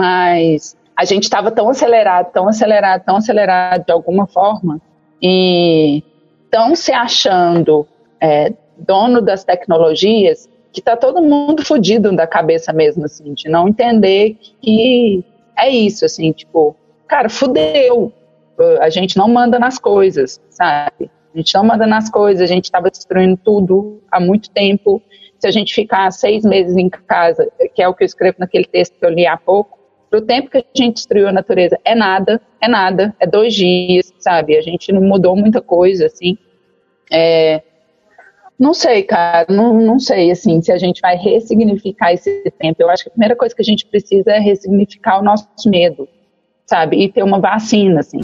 Mas a gente estava tão acelerado, tão acelerado, tão acelerado de alguma forma, e tão se achando é, dono das tecnologias, que tá todo mundo fudido da cabeça mesmo, assim, de não entender que é isso, assim, tipo, cara, fudeu, a gente não manda nas coisas, sabe? A gente não manda nas coisas, a gente estava destruindo tudo há muito tempo. Se a gente ficar seis meses em casa, que é o que eu escrevo naquele texto que eu li há pouco, pro tempo que a gente destruiu a natureza, é nada, é nada, é dois dias, sabe? A gente não mudou muita coisa, assim. É, não sei, cara, não, não sei, assim, se a gente vai ressignificar esse tempo. Eu acho que a primeira coisa que a gente precisa é ressignificar o nosso medo, sabe? E ter uma vacina, assim.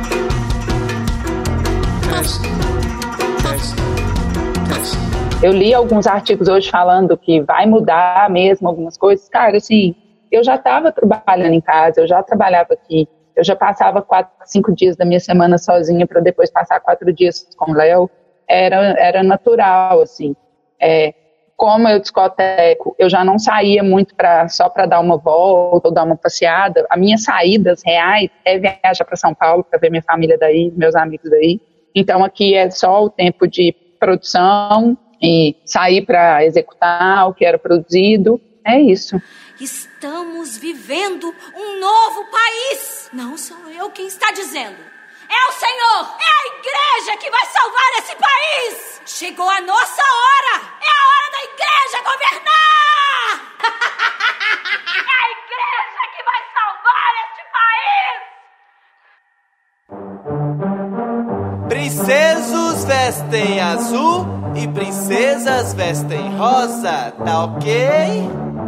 Eu li alguns artigos hoje falando que vai mudar mesmo algumas coisas. Cara, assim, eu já estava trabalhando em casa, eu já trabalhava aqui, eu já passava quatro, cinco dias da minha semana sozinha para depois passar quatro dias com o Léo. Era, era natural, assim. É, como eu discoteco, eu já não saía muito pra, só para dar uma volta ou dar uma passeada. As minhas saídas reais é viajar para São Paulo para ver minha família daí, meus amigos daí. Então aqui é só o tempo de produção e sair para executar o que era produzido é isso. Estamos vivendo um novo país. Não sou eu quem está dizendo. É o Senhor, é a igreja que vai salvar esse país. Chegou a nossa hora. É a hora da igreja governar. É a igreja que vai salvar este país. Princesos vestem azul e princesas vestem rosa, tá ok?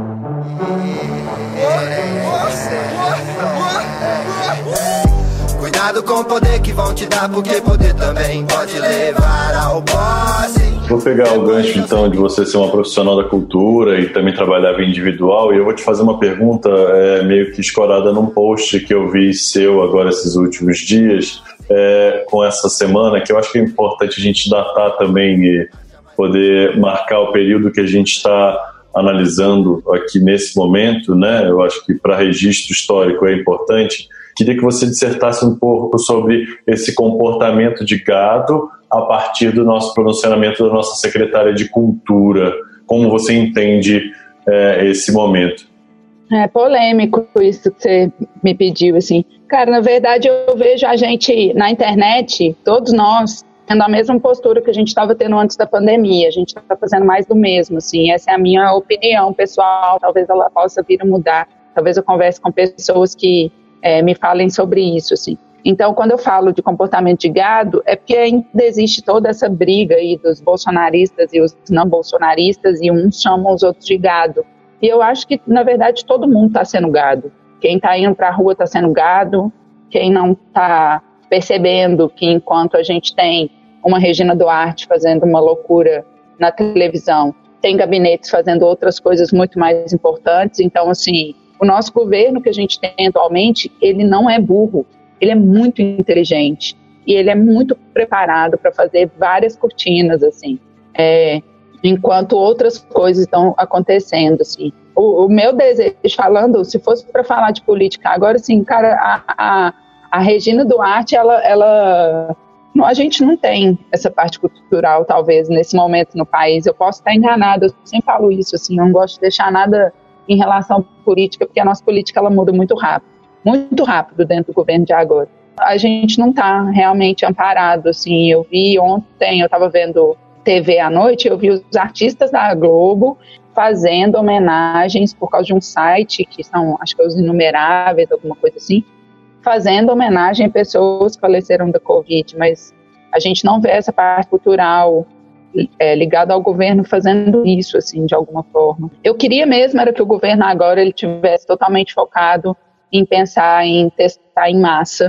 Cuidado com o poder que vão te dar, porque poder também pode levar ao posse. Vou pegar o gancho então de você ser uma profissional da cultura e também trabalhava individual, e eu vou te fazer uma pergunta é, meio que escorada num post que eu vi seu agora esses últimos dias, é, com essa semana, que eu acho que é importante a gente datar também e poder marcar o período que a gente está analisando aqui nesse momento, né? Eu acho que para registro histórico é importante. Queria que você dissertasse um pouco sobre esse comportamento de gado a partir do nosso pronunciamento da nossa secretária de Cultura. Como você entende é, esse momento? É polêmico isso que você me pediu, assim. Cara, na verdade eu vejo a gente na internet, todos nós, tendo a mesma postura que a gente estava tendo antes da pandemia. A gente está fazendo mais do mesmo, assim. Essa é a minha opinião pessoal. Talvez ela possa vir a mudar. Talvez eu converse com pessoas que é, me falem sobre isso, assim. Então, quando eu falo de comportamento de gado, é porque ainda existe toda essa briga aí dos bolsonaristas e os não bolsonaristas, e uns chamam os outros de gado. E eu acho que, na verdade, todo mundo está sendo gado. Quem está indo para a rua está sendo gado. Quem não está percebendo que enquanto a gente tem uma Regina Duarte fazendo uma loucura na televisão, tem gabinetes fazendo outras coisas muito mais importantes. Então, assim, o nosso governo que a gente tem atualmente, ele não é burro, ele é muito inteligente e ele é muito preparado para fazer várias cortinas, assim, é, enquanto outras coisas estão acontecendo, assim. O, o meu desejo, falando, se fosse para falar de política agora, assim, cara, a, a A Regina Duarte, ela, ela, a gente não tem essa parte cultural, talvez, nesse momento no país. Eu posso estar enganada, eu sempre falo isso, assim, eu não gosto de deixar nada em relação à política, porque a nossa política, ela muda muito rápido, muito rápido dentro do governo de agora. A gente não está realmente amparado, assim. Eu vi ontem, eu estava vendo T V à noite, eu vi os artistas da Globo fazendo homenagens por causa de um site, que são, acho que os Inumeráveis, alguma coisa assim, fazendo homenagem a pessoas que faleceram da Covid, mas a gente não vê essa parte cultural é, ligada ao governo fazendo isso, assim, de alguma forma. Eu queria mesmo era que o governo agora ele tivesse totalmente focado em pensar em testar em massa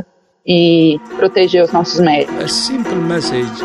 e proteger os nossos médicos. A simple message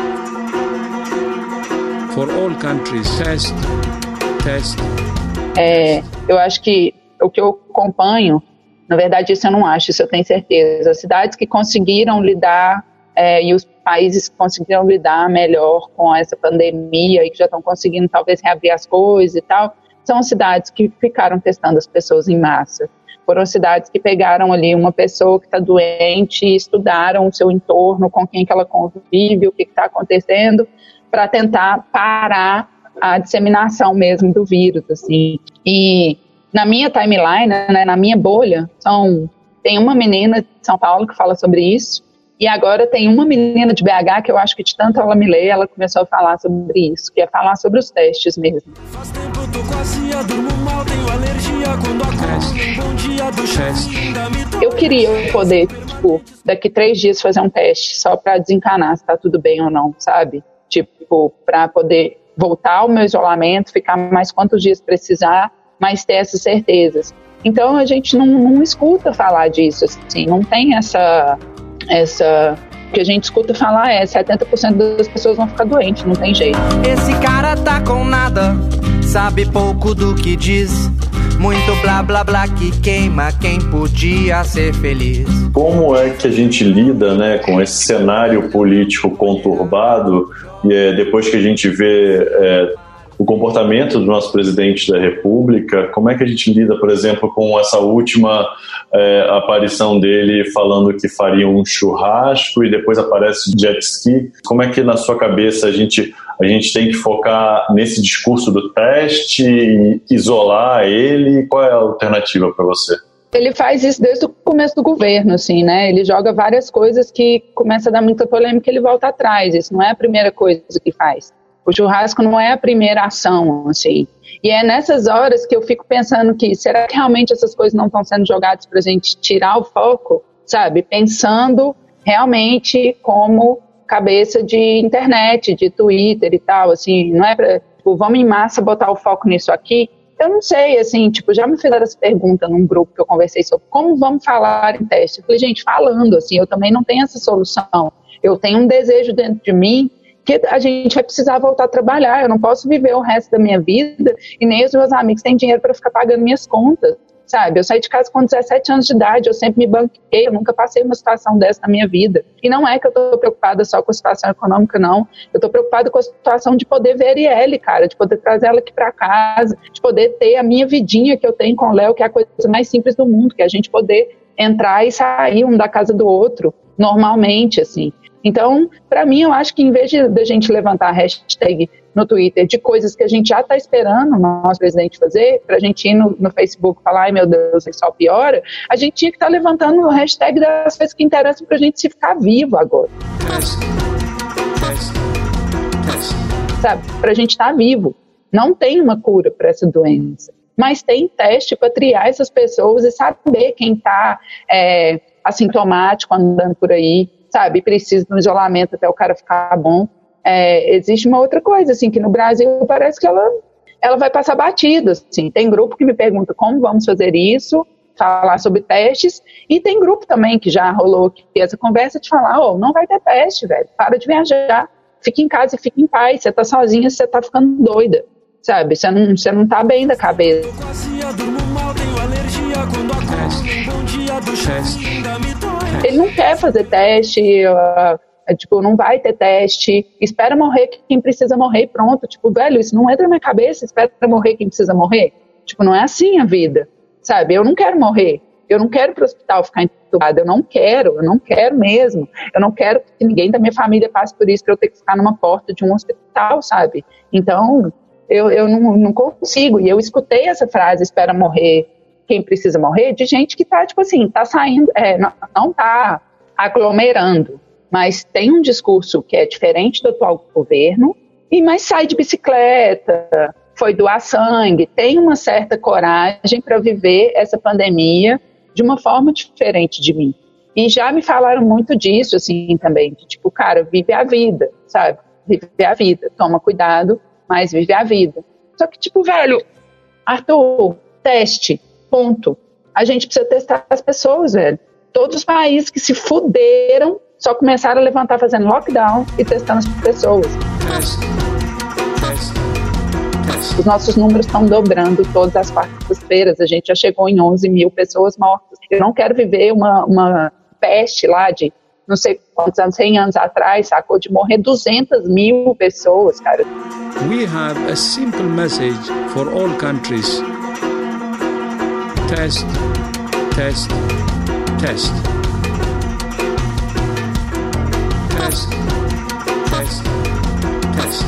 for all countries: test, test. É, eu acho que o que eu acompanho, na verdade, isso eu não acho, isso eu tenho certeza. As cidades que conseguiram lidar é, e os países que conseguiram lidar melhor com essa pandemia e que já estão conseguindo talvez reabrir as coisas e tal, são cidades que ficaram testando as pessoas em massa. Foram cidades que pegaram ali uma pessoa que está doente e estudaram o seu entorno, com quem que ela convive, o que está acontecendo, para tentar parar a disseminação mesmo do vírus, assim. E na minha timeline, né, na minha bolha, são, tem uma menina de São Paulo que fala sobre isso, e agora tem uma menina de B H que eu acho que de tanto ela me lê, ela começou a falar sobre isso, que é falar sobre os testes mesmo. Faz tempo eu tô com azia, durmo mal, tenho alergia quando acordo, um bom dia do chefe ainda me dói. Eu queria poder, tipo, daqui três dias fazer um teste só pra desencanar se tá tudo bem ou não, sabe? Tipo, pra poder voltar ao meu isolamento, ficar mais quantos dias precisar, mas ter essas certezas. Então a gente não, não escuta falar disso, assim, não tem essa, essa... O que a gente escuta falar é setenta por cento das pessoas vão ficar doentes, não tem jeito. Esse cara tá com nada, sabe pouco do que diz, muito blá blá blá que queima quem podia ser feliz. Como é que a gente lida, né, com esse cenário político conturbado, e é, depois que a gente vê é, o comportamento do nosso presidente da República, como é que a gente lida, por exemplo, com essa última é, aparição dele falando que faria um churrasco e depois aparece jet ski? Como é que na sua cabeça a gente, a gente tem que focar nesse discurso do teste, isolar ele? Qual é a alternativa para você? Ele faz isso desde o começo do governo, assim, né? Ele joga várias coisas que começa a dar muita polêmica e ele volta atrás. Isso não é a primeira coisa que faz. O churrasco não é a primeira ação, assim. E é nessas horas que eu fico pensando que, será que realmente essas coisas não estão sendo jogadas para a gente tirar o foco, sabe? Pensando realmente como cabeça de internet, de Twitter e tal, assim, não é para, tipo, vamos em massa botar o foco nisso aqui. Eu não sei, assim, tipo, já me fizeram essa pergunta num grupo que eu conversei sobre como vamos falar em teste. Eu falei, gente, falando, assim, eu também não tenho essa solução. Eu tenho um desejo dentro de mim que a gente vai precisar voltar a trabalhar. Eu não posso viver o resto da minha vida e nem os meus amigos têm dinheiro para ficar pagando minhas contas, sabe? Eu saí de casa com dezessete anos de idade, eu sempre me banquei, eu nunca passei uma situação dessa na minha vida. E não é que eu estou preocupada só com a situação econômica, não. Eu estou preocupada com a situação de poder ver a Arielle, cara, de poder trazer ela aqui para casa, de poder ter a minha vidinha que eu tenho com o Léo, que é a coisa mais simples do mundo, que é a gente poder entrar e sair um da casa do outro, normalmente, assim. Então, para mim, eu acho que em vez de, de a gente levantar a hashtag no Twitter de coisas que a gente já está esperando o nosso presidente fazer, para a gente ir no, no Facebook e falar, ai meu Deus, isso só piora, a gente tinha que estar tá levantando o hashtag das coisas que interessam para a gente se ficar vivo agora. Sabe? Para a gente estar tá vivo. Não tem uma cura para essa doença, mas tem teste para triar essas pessoas e saber quem está é, assintomático andando por aí, sabe, precisa de um isolamento até o cara ficar bom. É, existe uma outra coisa, assim, que no Brasil parece que ela, ela vai passar batido, assim. Tem grupo que me pergunta como vamos fazer isso, falar sobre testes, e tem grupo também que já rolou que essa conversa de falar, oh, não vai ter teste, velho, para de viajar, fica em casa e fica em paz, você tá sozinha, você tá ficando doida, sabe, você não, você não tá bem da cabeça. Ele não quer fazer teste, uh, tipo, não vai ter teste, espera morrer quem precisa morrer, pronto, tipo, velho, isso não entra na minha cabeça, espera morrer quem precisa morrer, tipo, não é assim a vida, sabe, eu não quero morrer, eu não quero ir pro hospital ficar entubada, eu não quero, eu não quero mesmo, eu não quero que ninguém da minha família passe por isso, pra eu ter que ficar numa porta de um hospital, sabe, então, eu, eu não, não consigo, e eu escutei essa frase, espera morrer quem precisa morrer, de gente que tá, tipo assim, tá saindo, é, não, não tá aglomerando, mas tem um discurso que é diferente do atual governo, e mas sai de bicicleta, foi doar sangue, tem uma certa coragem para viver essa pandemia de uma forma diferente de mim. E já me falaram muito disso, assim, também, de, tipo, cara, vive a vida, sabe? Vive a vida, toma cuidado, mas vive a vida. Só que, tipo, velho, Arthur, teste, ponto. A gente precisa testar as pessoas, velho. Todos os países que se fuderam só começaram a levantar fazendo lockdown e testando as pessoas. Os nossos números estão dobrando todas as quartas-feiras. A gente já chegou em onze mil pessoas mortas. Eu não quero viver uma, uma peste lá de não sei quantos anos, cem anos atrás, sacou? De morrer duzentas mil pessoas, cara. We have a simple message for all countries. Test, test, test. Test, test, test.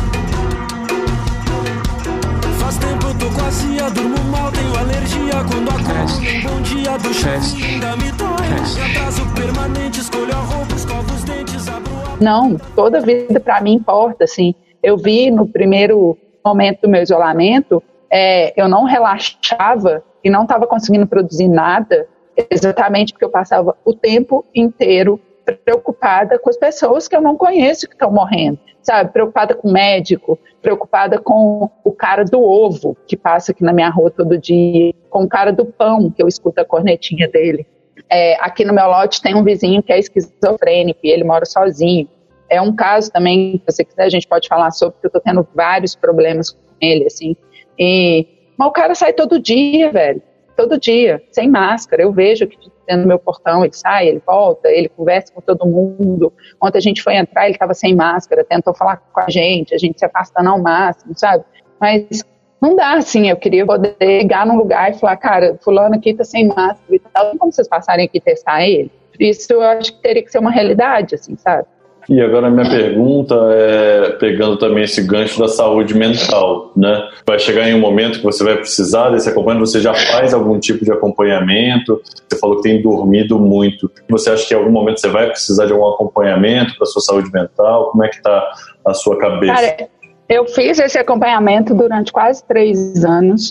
Faz tempo eu tô quase a durmo mal, tenho alergia quando acordo. Um bom dia do chest ainda me dói. Atraso permanente, escolho a roupa, escovo os dentes, abro a... Não, toda vida pra mim importa, assim. Eu vi no primeiro momento do meu isolamento, é, eu não relaxava e não estava conseguindo produzir nada, exatamente porque eu passava o tempo inteiro preocupada com as pessoas que eu não conheço que estão morrendo, sabe? Preocupada com o médico, preocupada com o cara do ovo que passa aqui na minha rua todo dia, com o cara do pão, que eu escuto a cornetinha dele. É, aqui no meu lote tem um vizinho que é esquizofrênico e ele mora sozinho. É um caso também, se você quiser, a gente pode falar sobre, porque eu tô tendo vários problemas com ele, assim. E, mas o cara sai todo dia, velho. Todo dia, sem máscara. Eu vejo aqui dentro do meu portão, ele sai, ele volta, ele conversa com todo mundo. Ontem a gente foi entrar, ele estava sem máscara, tentou falar com a gente, a gente se afastando ao máximo, sabe? Mas não dá, assim, eu queria poder ligar num lugar e falar, cara, fulano aqui tá sem máscara e tal, como vocês passarem aqui e testar ele? Isso eu acho que teria que ser uma realidade, assim, sabe? E agora a minha pergunta é, pegando também esse gancho da saúde mental, né? Vai chegar em um momento que você vai precisar desse acompanhamento, você já faz algum tipo de acompanhamento, você falou que tem dormido muito. Você acha que em algum momento você vai precisar de algum acompanhamento para a sua saúde mental? Como é que está a sua cabeça? Cara, eu fiz esse acompanhamento durante quase três anos,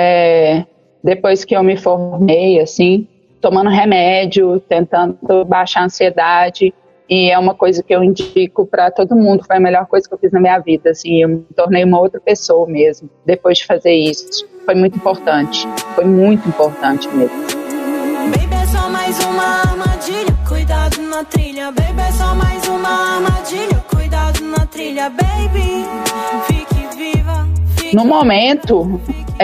é, depois que eu me formei, assim, tomando remédio, tentando baixar a ansiedade. E é uma coisa que eu indico para todo mundo, foi a melhor coisa que eu fiz na minha vida, assim, eu me tornei uma outra pessoa mesmo, depois de fazer isso. Foi muito importante, foi muito importante mesmo. Baby, é só mais uma armadilha, cuidado na trilha. Baby, é só mais uma armadilha, cuidado na trilha. Baby, fique viva, fique... No momento,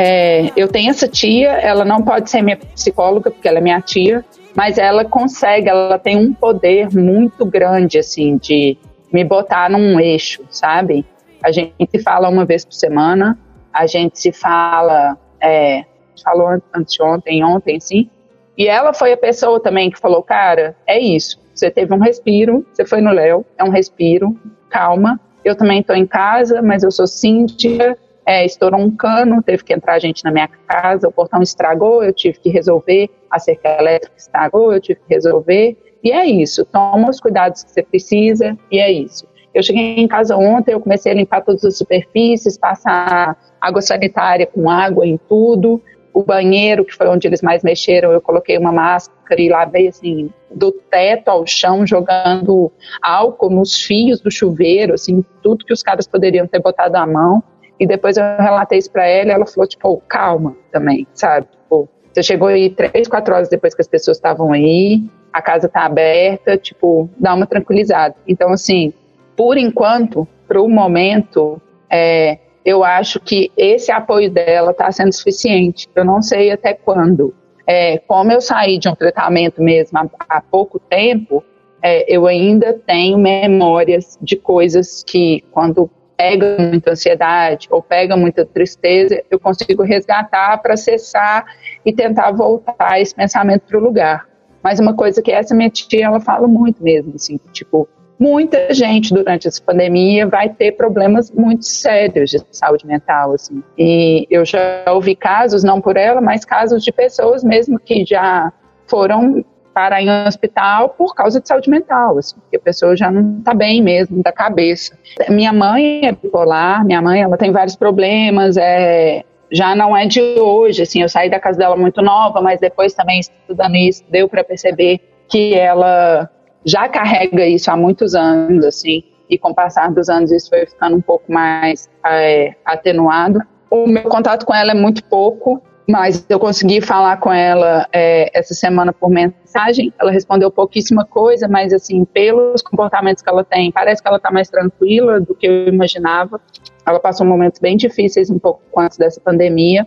é, eu tenho essa tia, ela não pode ser minha psicóloga, porque ela é minha tia, mas ela consegue, ela tem um poder muito grande, assim, de me botar num eixo, sabe? A gente se fala uma vez por semana, a gente se fala, é, falou anteontem, ontem, assim, e ela foi a pessoa também que falou, cara, é isso, você teve um respiro, você foi no Léo, é um respiro, calma, eu também tô em casa, mas eu sou síndica, É, estourou um cano, teve que entrar gente na minha casa, o portão estragou, eu tive que resolver, a cerca elétrica estragou, eu tive que resolver, e é isso, toma os cuidados que você precisa, e é isso. Eu cheguei em casa ontem, eu comecei a limpar todas as superfícies, passar água sanitária com água em tudo, o banheiro, que foi onde eles mais mexeram, eu coloquei uma máscara e lavei assim, do teto ao chão, jogando álcool nos fios do chuveiro, assim, tudo que os caras poderiam ter botado à mão. E depois eu relatei isso pra ela e ela falou, tipo, oh, calma também, sabe? Tipo, você chegou aí três, quatro horas depois que as pessoas estavam aí, a casa tá aberta, tipo, dá uma tranquilizada. Então, assim, por enquanto, pro momento, é, eu acho que esse apoio dela tá sendo suficiente. Eu não sei até quando. É, como eu saí de um tratamento mesmo há, há pouco tempo, é, eu ainda tenho memórias de coisas que, quando pega muita ansiedade ou pega muita tristeza, eu consigo resgatar para acessar e tentar voltar esse pensamento para o lugar. Mas uma coisa que essa minha tia, ela fala muito mesmo, assim, tipo, muita gente durante essa pandemia vai ter problemas muito sérios de saúde mental, assim. E eu já ouvi casos, não por ela, mas casos de pessoas mesmo que já foram parar em um hospital por causa de saúde mental, assim, porque a pessoa já não está bem mesmo da cabeça. Minha mãe é bipolar, minha mãe ela tem vários problemas, é, já não é de hoje, assim, eu saí da casa dela muito nova, mas depois também estudando isso, deu para perceber que ela já carrega isso há muitos anos, assim, e com o passar dos anos isso foi ficando um pouco mais é, atenuado. O meu contato com ela é muito pouco, mas eu consegui falar com ela é, essa semana por mensagem, ela respondeu pouquíssima coisa, mas assim, pelos comportamentos que ela tem, parece que ela está mais tranquila do que eu imaginava. Ela passou momentos bem difíceis um pouco antes dessa pandemia.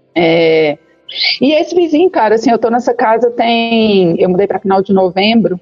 É, e esse vizinho, cara, assim, eu tô nessa casa tem, eu mudei para final de novembro,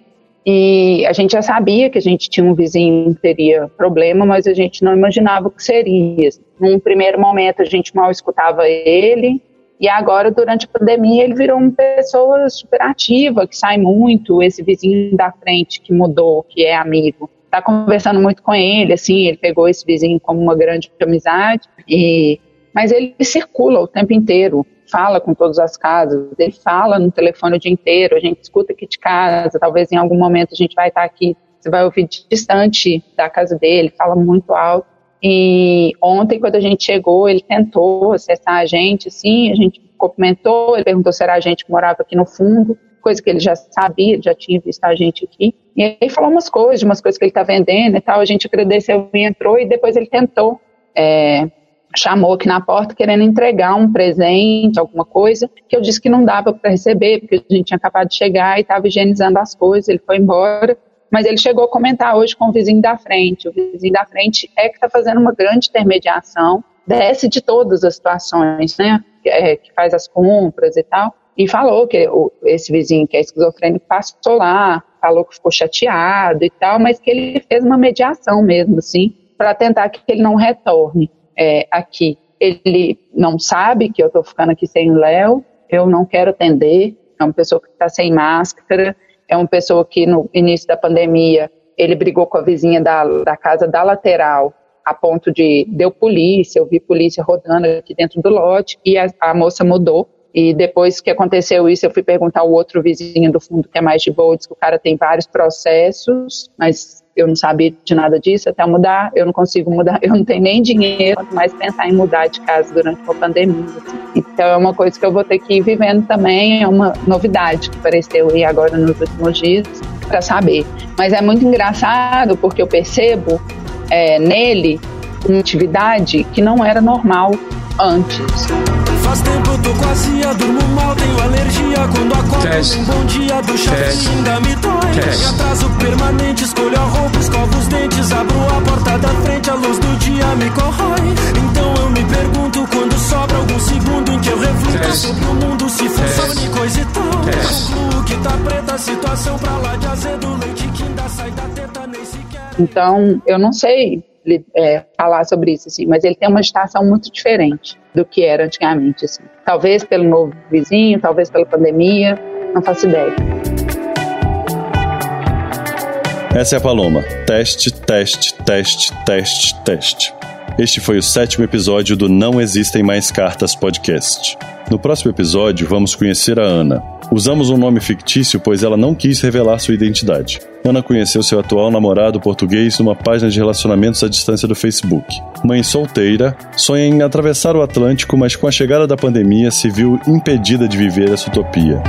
e a gente já sabia que a gente tinha um vizinho que teria problema, mas a gente não imaginava o que seria. Num primeiro momento a gente mal escutava ele, e agora, durante a pandemia, ele virou uma pessoa super ativa, que sai muito, esse vizinho da frente que mudou, que é amigo. Tá conversando muito com ele, assim, ele pegou esse vizinho como uma grande amizade, e... mas ele circula o tempo inteiro, fala com todas as casas, ele fala no telefone o dia inteiro, a gente escuta aqui de casa, talvez em algum momento a gente vai estar aqui, você vai ouvir distante da casa dele, fala muito alto. E ontem, quando a gente chegou, ele tentou acessar a gente, assim, a gente cumprimentou, ele perguntou se era a gente que morava aqui no fundo, coisa que ele já sabia, ele já tinha visto a gente aqui. E aí falou umas coisas, umas coisas que ele está vendendo e tal, a gente agradeceu e entrou, e depois ele tentou, é, chamou aqui na porta querendo entregar um presente, alguma coisa, que eu disse que não dava para receber, porque a gente tinha acabado de chegar e estava higienizando as coisas, ele foi embora. Mas ele chegou a comentar hoje com o vizinho da frente. O vizinho da frente é que está fazendo uma grande intermediação, desce de todas as situações, né? É, que faz as compras e tal. E falou que o, esse vizinho que é esquizofrênico passou lá, falou que ficou chateado e tal, mas que ele fez uma mediação mesmo, assim, para tentar que ele não retorne é, aqui. Ele não sabe que eu estou ficando aqui sem o Léo, eu não quero atender, é uma pessoa que está sem máscara, é uma pessoa que no início da pandemia ele brigou com a vizinha da, da casa da lateral, a ponto de deu polícia, eu vi polícia rodando aqui dentro do lote, e a, a moça mudou. E depois que aconteceu isso, eu fui perguntar ao outro vizinho do fundo, que é mais de boa, disse que o cara tem vários processos, mas eu não sabia de nada disso, até mudar, eu não consigo mudar, eu não tenho nem dinheiro, quanto mais pensar em mudar de casa durante uma pandemia. Assim. Então é uma coisa que eu vou ter que ir vivendo também, é uma novidade que apareceu aí agora nos últimos dias, para saber. Mas é muito engraçado, porque eu percebo é, nele uma atividade que não era normal antes. Faz tempo eu tô quase a durmo mal, tenho alergia quando acordo. Test. Um bom dia do chá ainda me dói. Me atraso permanente, escolho a roupa, escovo os dentes, abro a porta da frente, a luz do dia me corrói. Então eu me pergunto quando sobra algum segundo em que eu reflito Test. Sobre o mundo, se funciona e coisa e tal. Concluo que tá preta a situação pra lá de azedo, leite que ainda sai da teta, nem sequer. Então eu não sei É, falar sobre isso, assim, mas ele tem uma agitação muito diferente do que era antigamente, assim. Talvez pelo novo vizinho, talvez pela pandemia, não faço ideia. Essa é a Paloma. Teste, teste, teste, teste, teste. Este foi o sétimo episódio do Não Existem Mais Cartas podcast. No próximo episódio, vamos conhecer a Ana. Usamos um nome fictício, pois ela não quis revelar sua identidade. Ana conheceu seu atual namorado português numa página de relacionamentos à distância do Facebook. Mãe solteira, sonha em atravessar o Atlântico, mas com a chegada da pandemia se viu impedida de viver essa utopia.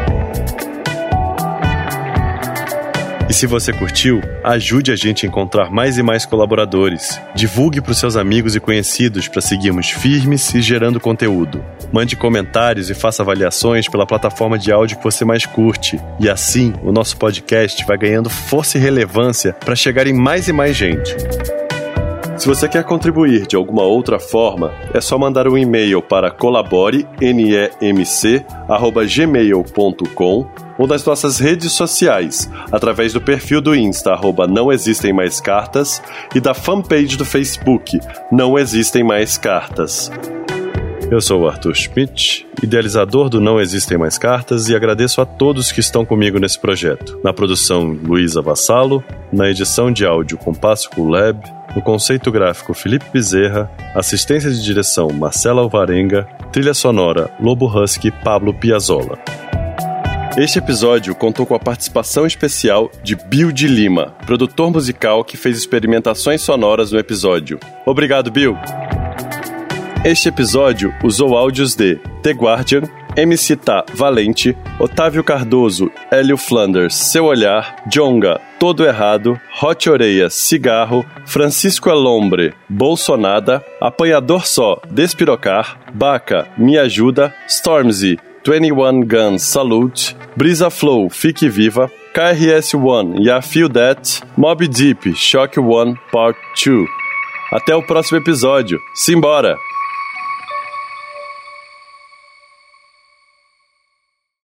E se você curtiu, ajude a gente a encontrar mais e mais colaboradores. Divulgue para os seus amigos e conhecidos para seguirmos firmes e gerando conteúdo. Mande comentários e faça avaliações pela plataforma de áudio que você mais curte. E assim, o nosso podcast vai ganhando força e relevância para chegar em mais e mais gente. Se você quer contribuir de alguma outra forma, é só mandar um e-mail para colabore nemc arroba gmail ponto com ou nas nossas redes sociais, através do perfil do Insta, arroba Não Existem Mais Cartas, e da fanpage do Facebook, Não Existem Mais Cartas. Eu sou o Arthur Schmidt, idealizador do Não Existem Mais Cartas, e agradeço a todos que estão comigo nesse projeto. Na produção, Luísa Vassalo, na edição de áudio, Compasso Lab, no conceito gráfico, Felipe Bezerra, assistência de direção, Marcela Alvarenga, trilha sonora, Lobo Husky, Pablo Piazzolla. Este episódio contou com a participação especial de Bill de Lima, produtor musical que fez experimentações sonoras no episódio. Obrigado, Bill! Este episódio usou áudios de The Guardian, M C Tá Valente, Otávio Cardoso, Hélio Flanders, Seu Olhar, Djonga, Todo Errado, Hot Oreia, Cigarro, Francisco Elombre, Bolsonada, Apanhador Só, Despirocar, Baca, Me Ajuda, Stormzy, vinte e um Guns Salute, Brisa Flow, Fique Viva, K R S One, Ya Feel That, Mobb Deep, Shock One, Part dois. Até o próximo episódio. Simbora!